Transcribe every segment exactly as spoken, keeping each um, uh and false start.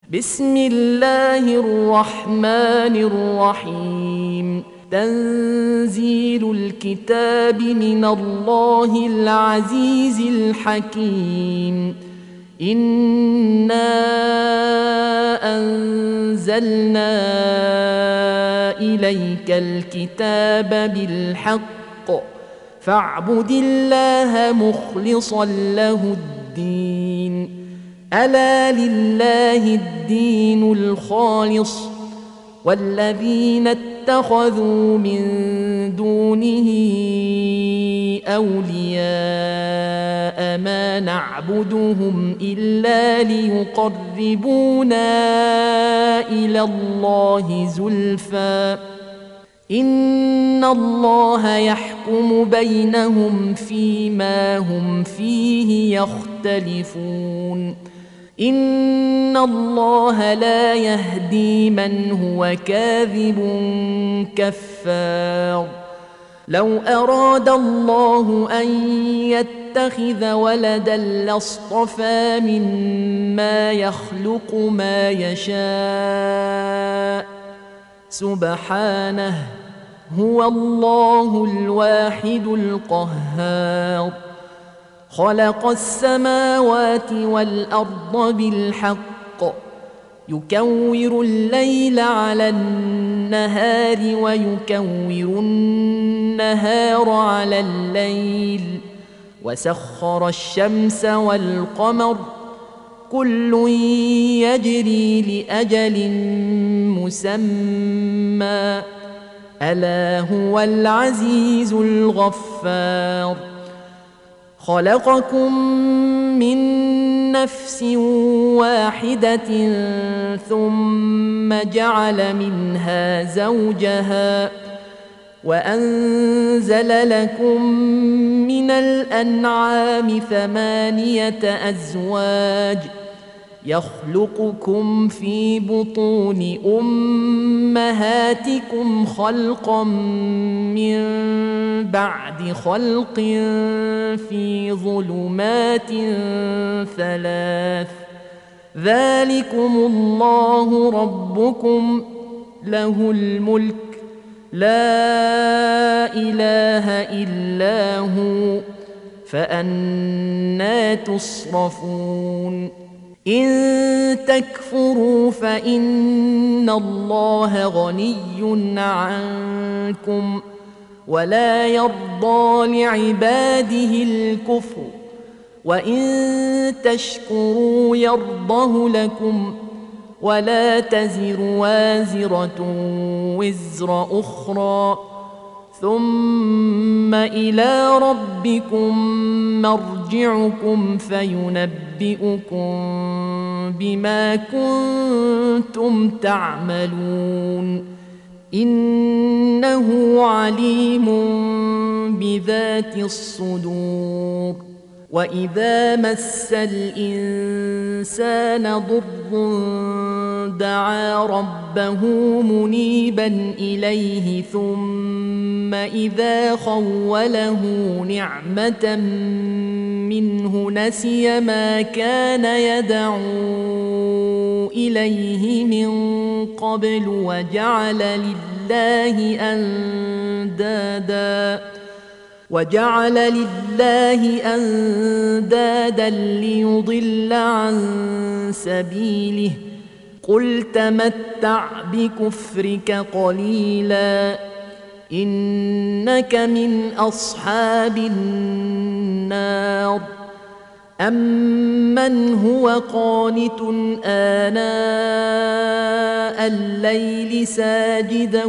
بسم الله الرحمن الرحيم. تنزيل الكتاب من الله العزيز الحكيم. إنا أنزلنا إليك الكتاب بالحق فاعبد الله مخلصا له الدين. ألا لله الدين الخالص والذين اتخذوا من دونه أولياء ما نعبدهم إلا ليقربونا إلى الله زلفى إن الله يحكم بينهم فيما هم فيه يختلفون. إن الله لا يهدي من هو كاذب كفار. لو أراد الله أن يتخذ ولدا لاصطفى مما يخلق ما يشاء سبحانه هو الله الواحد القهار. خلق السماوات والأرض بالحق يكور الليل على النهار ويكور النهار على الليل وسخر الشمس والقمر كل يجري لأجل مسمى ألا هو العزيز الغفار. خلقكم من نفس واحدة ثم جعل منها زوجها وأنزل لكم من الأنعام ثمانية أزواج يخلقكم في بطون أمهاتكم خلقا من بعد خلق في ظلمات ثلاث ذلكم الله ربكم له الملك لا إله إلا هو فأنى تصرفون. إن تكفروا فإن الله غني عنكم ولا يرضى لعباده الكفر وإن تشكروا يرضه لكم ولا تزر وازرة وزر أخرى ثم إلى ربكم مرجعكم فينبئكم بما كنتم تعملون إنه عليم بذات الصدور. وإذا مس الإنسان ضر دعا ربه منيبا إليه ثم إذا خوله نعمة منه نسي ما كان يدعو إليه من قبل وجعل لله أندادا وجعل لله أندادا ليضل عن سبيله قل تمتع بكفرك قليلا إنك من أصحاب النار. أمن هو قانت آناء الليل ساجدا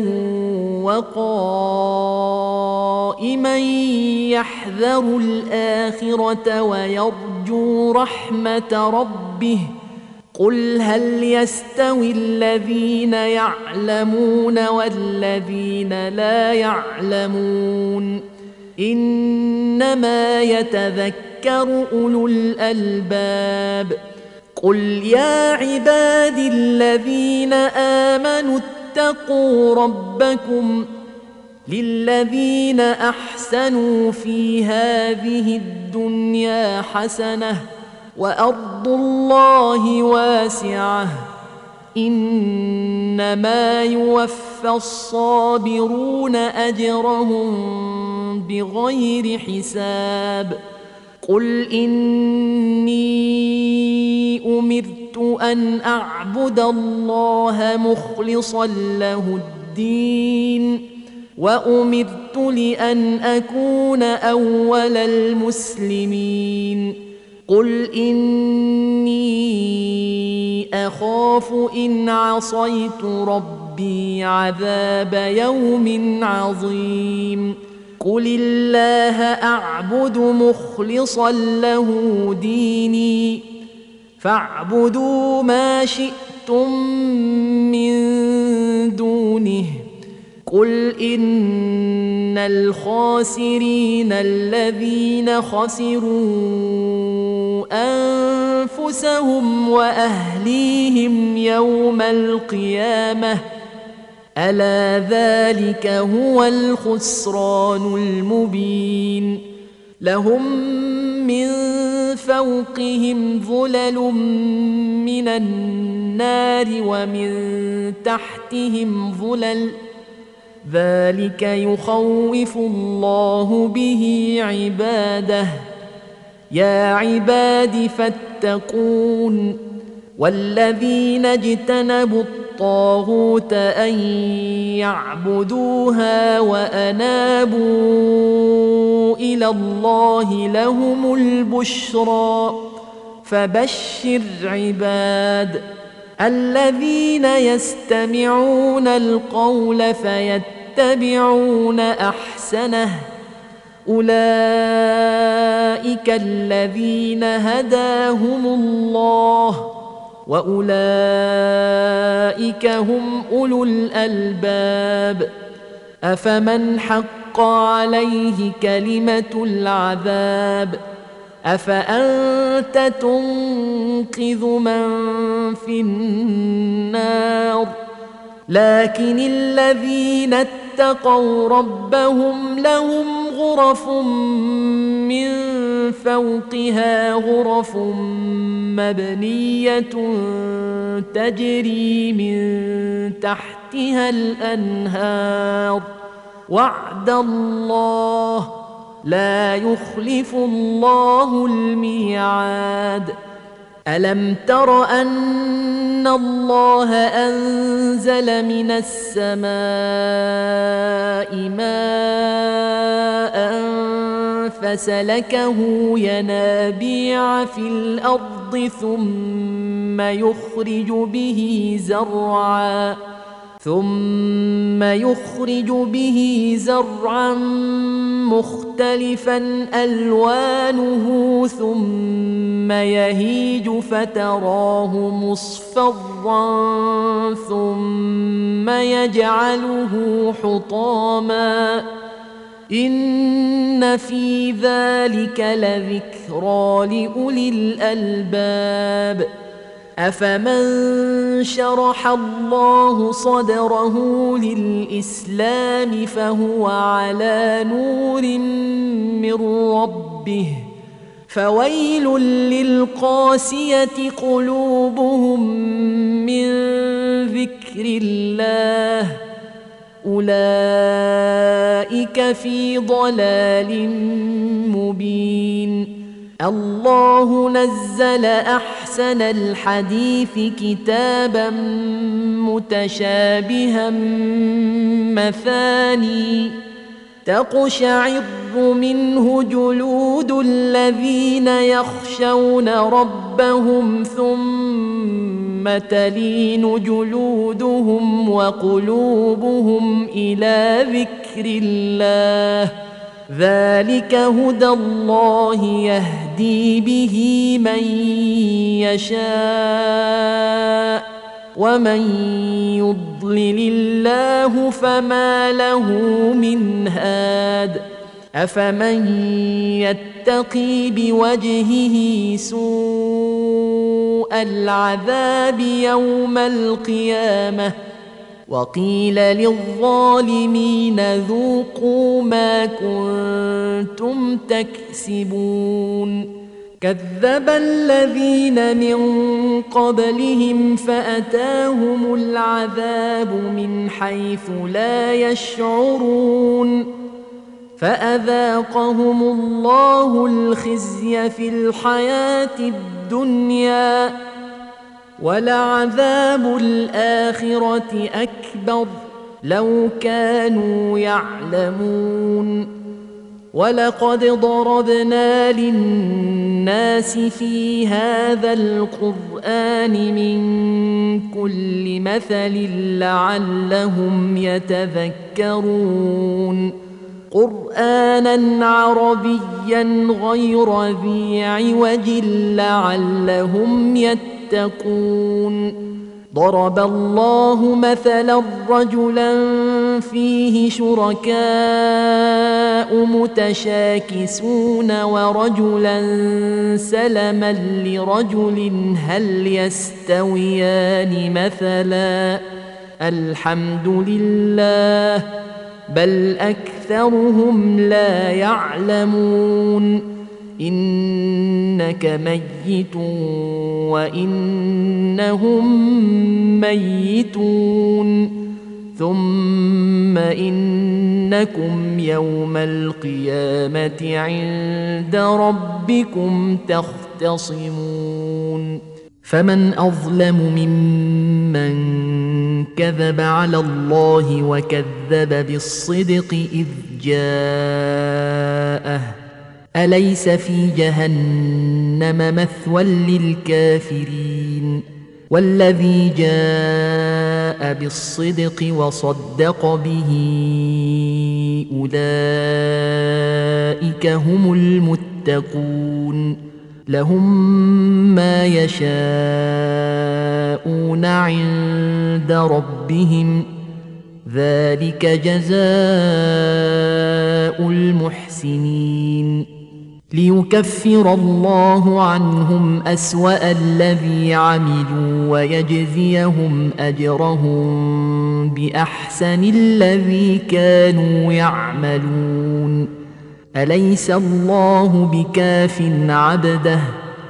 وقائما يحذر الآخرة ويرجو رحمة ربه قل هل يستوي الذين يعلمون والذين لا يعلمون إنما يتذكر أولو الألباب. قل يا عبادي الذين آمنوا اتقوا ربكم للذين أحسنوا في هذه الدنيا حسنة وأرض الله واسعة إنما يوفى الصابرون أجرهم بغير حساب قل إني أمرت أن أعبد الله مخلصا له الدين وأمرت لأن أكون أول المسلمين قل إني أخاف إن عصيت ربي عذاب يوم عظيم قل الله أعبد مخلصا له ديني فاعبدوا ما شئتم من دونه قل إن الخاسرين الذين خسروا أنفسهم وأهليهم يوم القيامة ألا ذلك هو الخسران المبين لهم من فوقهم ظلل من النار ومن تحتهم ظلل ذلك يخوف الله به عباده يا عباد فاتقون والذين اجتنبوا الطاغوت أن يعبدوها وأنابوا إلى الله لهم البشرى فبشر عباد الذين يستمعون القول فيتبعون أحسنه أولئك الذين هداهم الله وأولئك هم أولو الألباب أفمن حق عليه كلمة العذاب أفأنت تنقذ من في النار لكن الذين اتقوا ربهم لهم غرف من فوقها غرف مبنية تجري من تحتها الأنهار وعد الله لا يخلف الله الميعاد ألم تر أن الله أنزل من السماء ماء فسلكه ينابيع في الأرض ثم يخرج به زرعا ثم يخرج به زرعا مختلفا ألوانه ثم يهيج فتراه مصفرا ثم يجعله حطاما إن في ذلك لذكرى لأولي الألباب أفمن شرح الله صدره للإسلام فهو على نور من ربه فويل للقاسية قلوبهم من ذكر الله أولئك في ضلال مبين الله نزل أحسن الحديث كتابا متشابها مثاني تقشعر منه جلود الذين يخشون ربهم ثم تلين جلودهم وقلوبهم إلى ذكر الله ذلك هدى الله يهدي به من يشاء ومن يضلل الله فما له من هاد أفمن يتقي بوجهه سوء العذاب يوم القيامة وقيل للظالمين ذوقوا ما كنتم تكسبون كذب الذين من قبلهم فأتاهم العذاب من حيث لا يشعرون فأذاقهم الله الخزي في الحياة الدنيا ولعذاب الآخرة أكبر لو كانوا يعلمون ولقد ضربنا للناس في هذا القرآن من كل مثل لعلهم يتذكرون قرآنا عربيا غير ذي عوج لعلهم يتقون ضرب الله مثلا رجلا فيه شركاء متشاكسون ورجلا سلما لرجل هل يستويان مثلا الحمد لله بل أكثرهم لا يعلمون إنك ميت وإنهم ميتون ثم إنكم يوم القيامة عند ربكم تختصمون فمن أظلم ممن كذب على الله وكذب بالصدق إذ جاءه أليس في جهنم مثوى للكافرين والذي جاء بالصدق وصدق به أولئك هم المتقون لهم ما يشاءون عند ربهم ذلك جزاء المحسنين ليكفر الله عنهم أسوأ الذي عملوا ويجزيهم أجرهم بأحسن الذي كانوا يعملون أليس الله بكاف عبده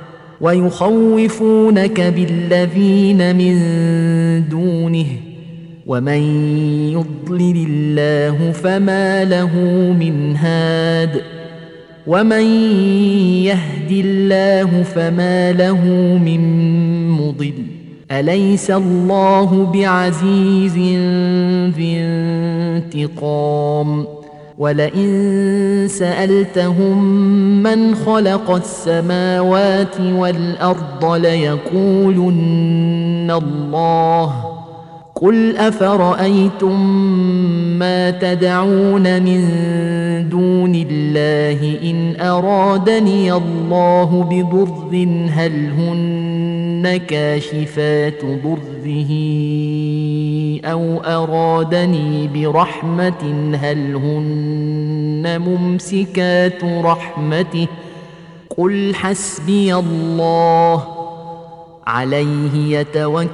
ويخوفونك بالذين من دونه ومن يضلل الله فما له من هاد ومن يهد الله فما له من مضل أليس الله بعزيز ذي انتقام ولئن سألتهم من خلق السماوات والأرض ليقولن الله قل أفرأيتم ما تدعون من دون الله إن أرادني الله بضر هل هن كاشفات ضره أو أرادني برحمة هل هن ممسكات رحمته قل حسبي الله عليه يتوكل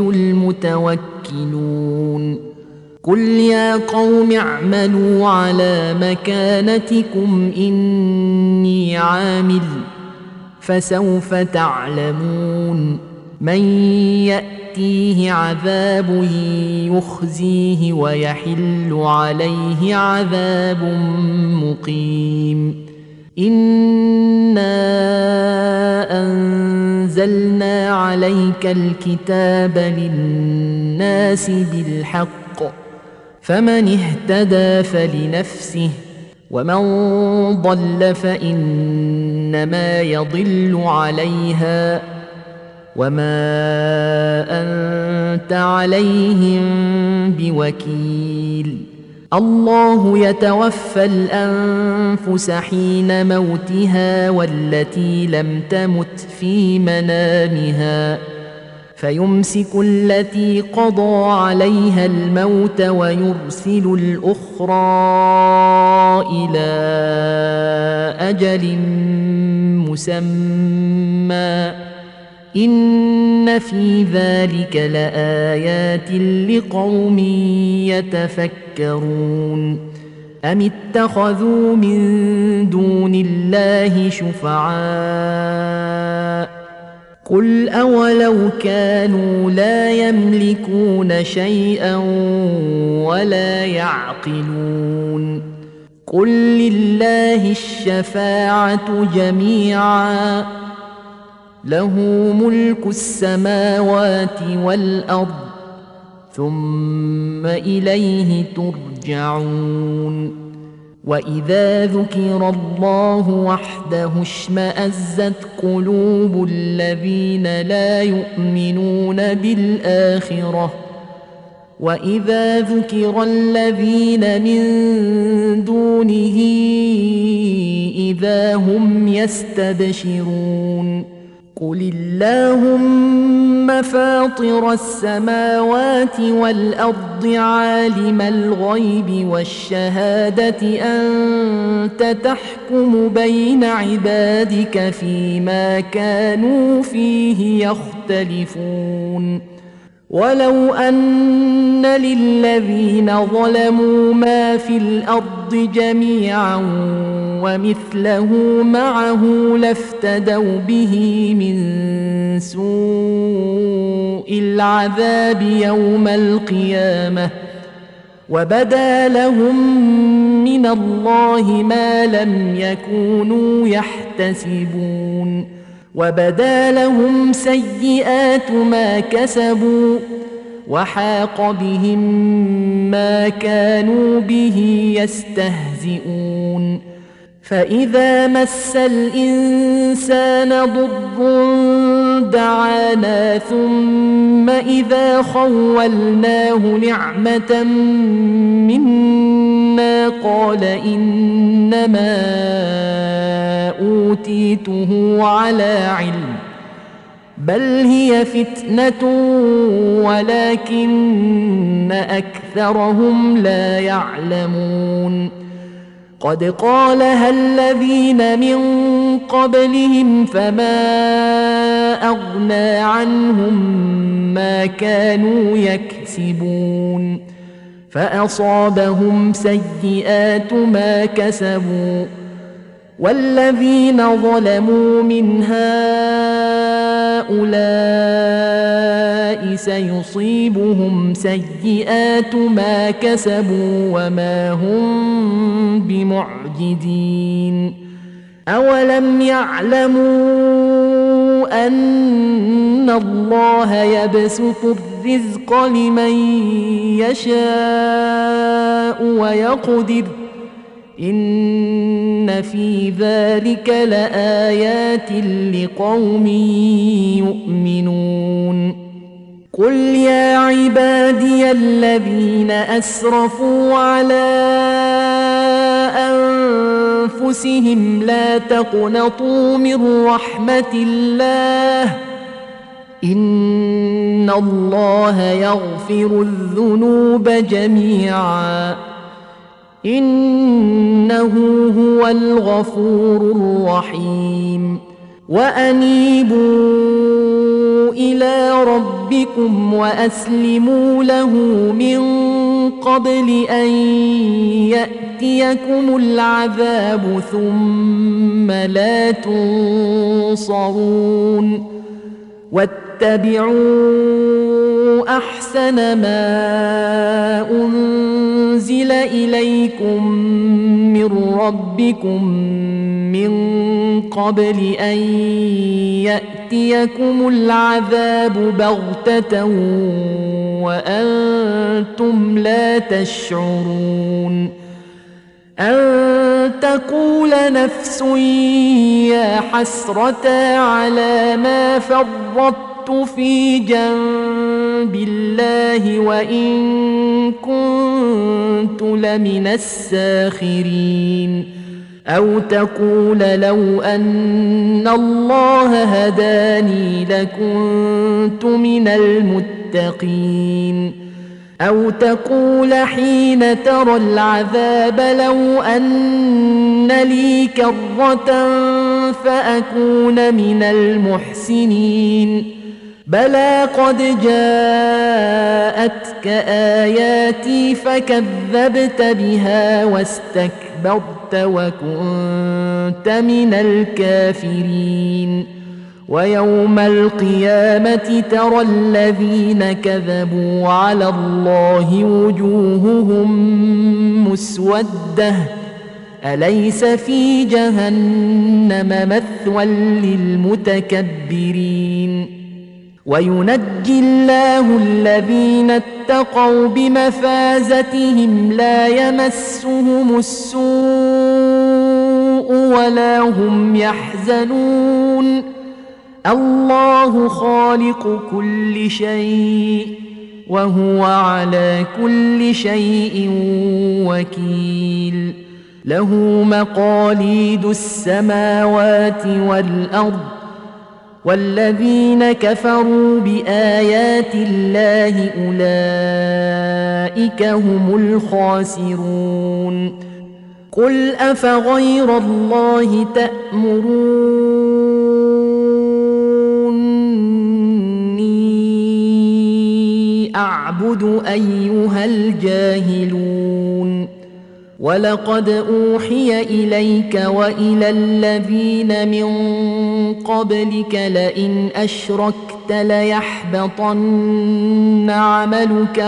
المتوكلون قل يا قوم اعملوا على مكانتكم إني عامل فسوف تعلمون من يأتيه عذاب يخزيه ويحل عليه عذاب مقيم إنا أنزلنا عليك الكتاب للناس بالحق فمن اهتدى فلنفسه ومن ضل فإنما يضل عليها وما أنت عليهم بوكيل الله يتوفى الأنفس حين موتها والتي لم تمت في منامها فيمسك التي قضى عليها الموت ويرسل الأخرى إلى أجل مسمى إن في ذلك لآيات لقوم يتفكرون أم اتخذوا من دون الله شفعاء قل أولو كانوا لا يملكون شيئا ولا يعقلون قل لله الشفاعة جميعا له ملك السماوات والأرض ثم إليه ترجعون وإذا ذكر الله وحده اشمأزت قلوب الذين لا يؤمنون بالآخرة وإذا ذكر الذين من دونه إذا هم يستبشرون قل اللهم فاطر السماوات والأرض عالم الغيب والشهادة أنت تحكم بين عبادك فيما كانوا فيه يختلفون ولو أن للذين ظلموا ما في الأرض جميعا ومثله معه لافتدوا به من سوء العذاب يوم القيامة وبدا لهم من الله ما لم يكونوا يحتسبون وبدا لهم سيئات ما كسبوا وحاق بهم ما كانوا به يستهزئون فإذا مس الإنسان ضر دعانا ثم إذا خولناه نعمة منا قال إنما أوتيته على علم بل هي فتنة ولكن أكثرهم لا يعلمون قد قالها الذين من قبلهم فما أغنى عنهم ما كانوا يكسبون فأصابهم سيئات ما كسبوا والذين ظلموا من هؤلاء سيصيبهم سيئات ما كسبوا وما هم بمعجزين أولم يعلموا أن الله يبسط الرزق لمن يشاء ويقدر إن في ذلك لآيات لقوم يؤمنون قل يا عبادي الذين أسرفوا على أنفسهم لا تقنطوا من رحمة الله إن الله يغفر الذنوب جميعا إنه هو الغفور الرحيم وأنيبوا إلى ربكم وأسلموا له من قبل أن يأتيكم العذاب ثم لا تنصرون واتبعوا أحسن ما أنزل إليكم من ربكم من قبل أن يأتيكم العذاب بغتة وأنتم لا تشعرون أن تقول نفس يا حسرة على ما فرطت في جنب الله وإن كنت لمن الساخرين أو تقول لو أن الله هداني لكنت من المتقين أو تقول حين ترى العذاب لو أن لي كرة فأكون من المحسنين بلى قد جاءت آياتي فكذبت بها واستكبرت وكنت من الكافرين ويوم القيامة ترى الذين كذبوا على الله وجوههم مسودة أليس في جهنم مثوى للمتكبرين وينجي الله الذين اتقوا بمفازتهم لا يمسهم السوء ولا هم يحزنون الله خالق كل شيء وهو على كل شيء وكيل له مقاليد السماوات والأرض والذين كفروا بآيات الله أولئك هم الخاسرون قل أفغير الله تأمروني أعبد أيها الجاهلون ولقد أوحي إليك وإلى الذين من قبلك لئن أشركت ليحبطن عملك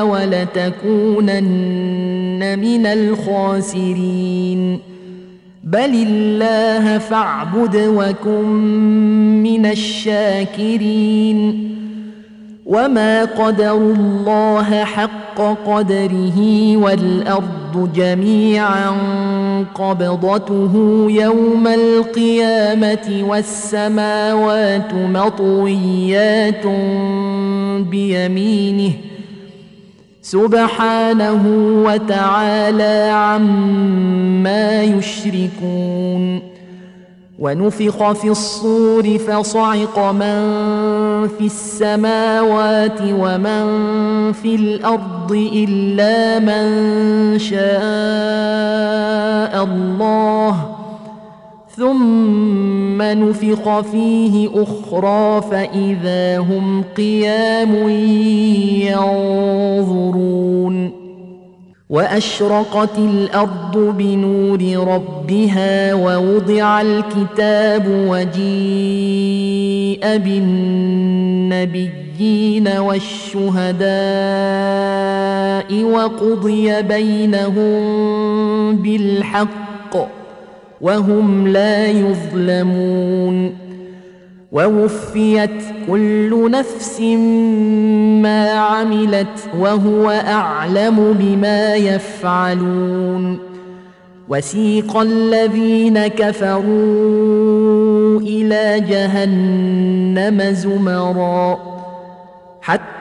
ولتكونن من الخاسرين بل الله فاعبد وكن من الشاكرين وما قدروا الله حق قدره والأرض جميعا قبضته يوم القيامة والسماوات مطويات بيمينه سبحانه وتعالى عما يشركون ونفخ في الصور فصعق من في السماوات ومن في الأرض إلا من شاء الله ثم نفخ فيه أخرى فإذا هم قيام ينظرون وأشرقت الأرض بنور ربها ووضع الكتاب وجيء بالنبيين والشهداء وقضي بينهم بالحق وهم لا يظلمون ووفيت كل نفس ما عملت وهو أعلم بما يفعلون وسيق الذين كفروا إلى جهنم زمرا حتى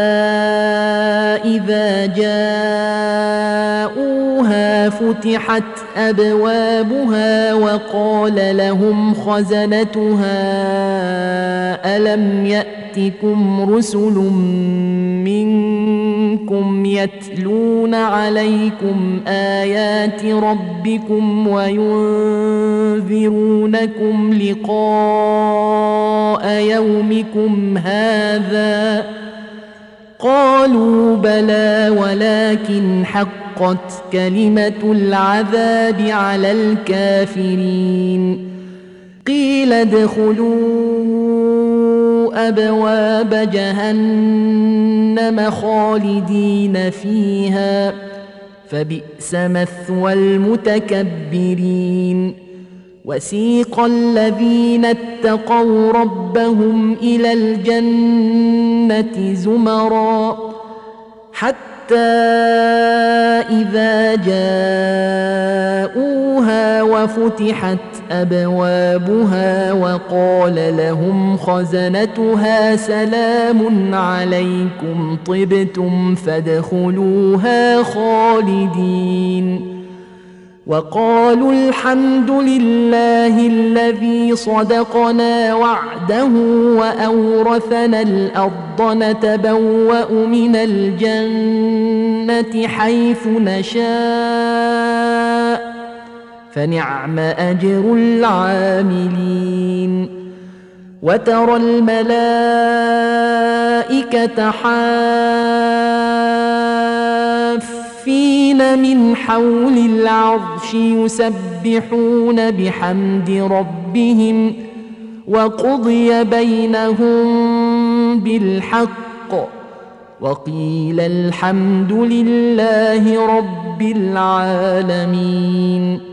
إذا جاءوها فتحت أبوابها وقال لهم خزنتها ألم يأتكم رسل منكم يتلون عليكم آيات ربكم وينذرونكم لقاء يومكم هذا قالوا بلى ولكن حقت كلمة العذاب على الكافرين قيل ادخلوا أبواب جهنم خالدين فيها فبئس مثوى المتكبرين وسيق الذين اتقوا ربهم إلى الجنة زمرا حتى إذا جاءوها وفتحت أبوابها وقال لهم خزنتها سلام عليكم طبتم فادخلوها خالدين وقالوا الحمد لله الذي صدقنا وعده وأورثنا الأرض نتبوأ من الجنة حيث نشاء فنعم أجر العاملين وترى الملائكة حافين من حول العرش يسبحون بحمد ربهم وقضي بينهم بالحق وقيل الحمد لله رب العالمين.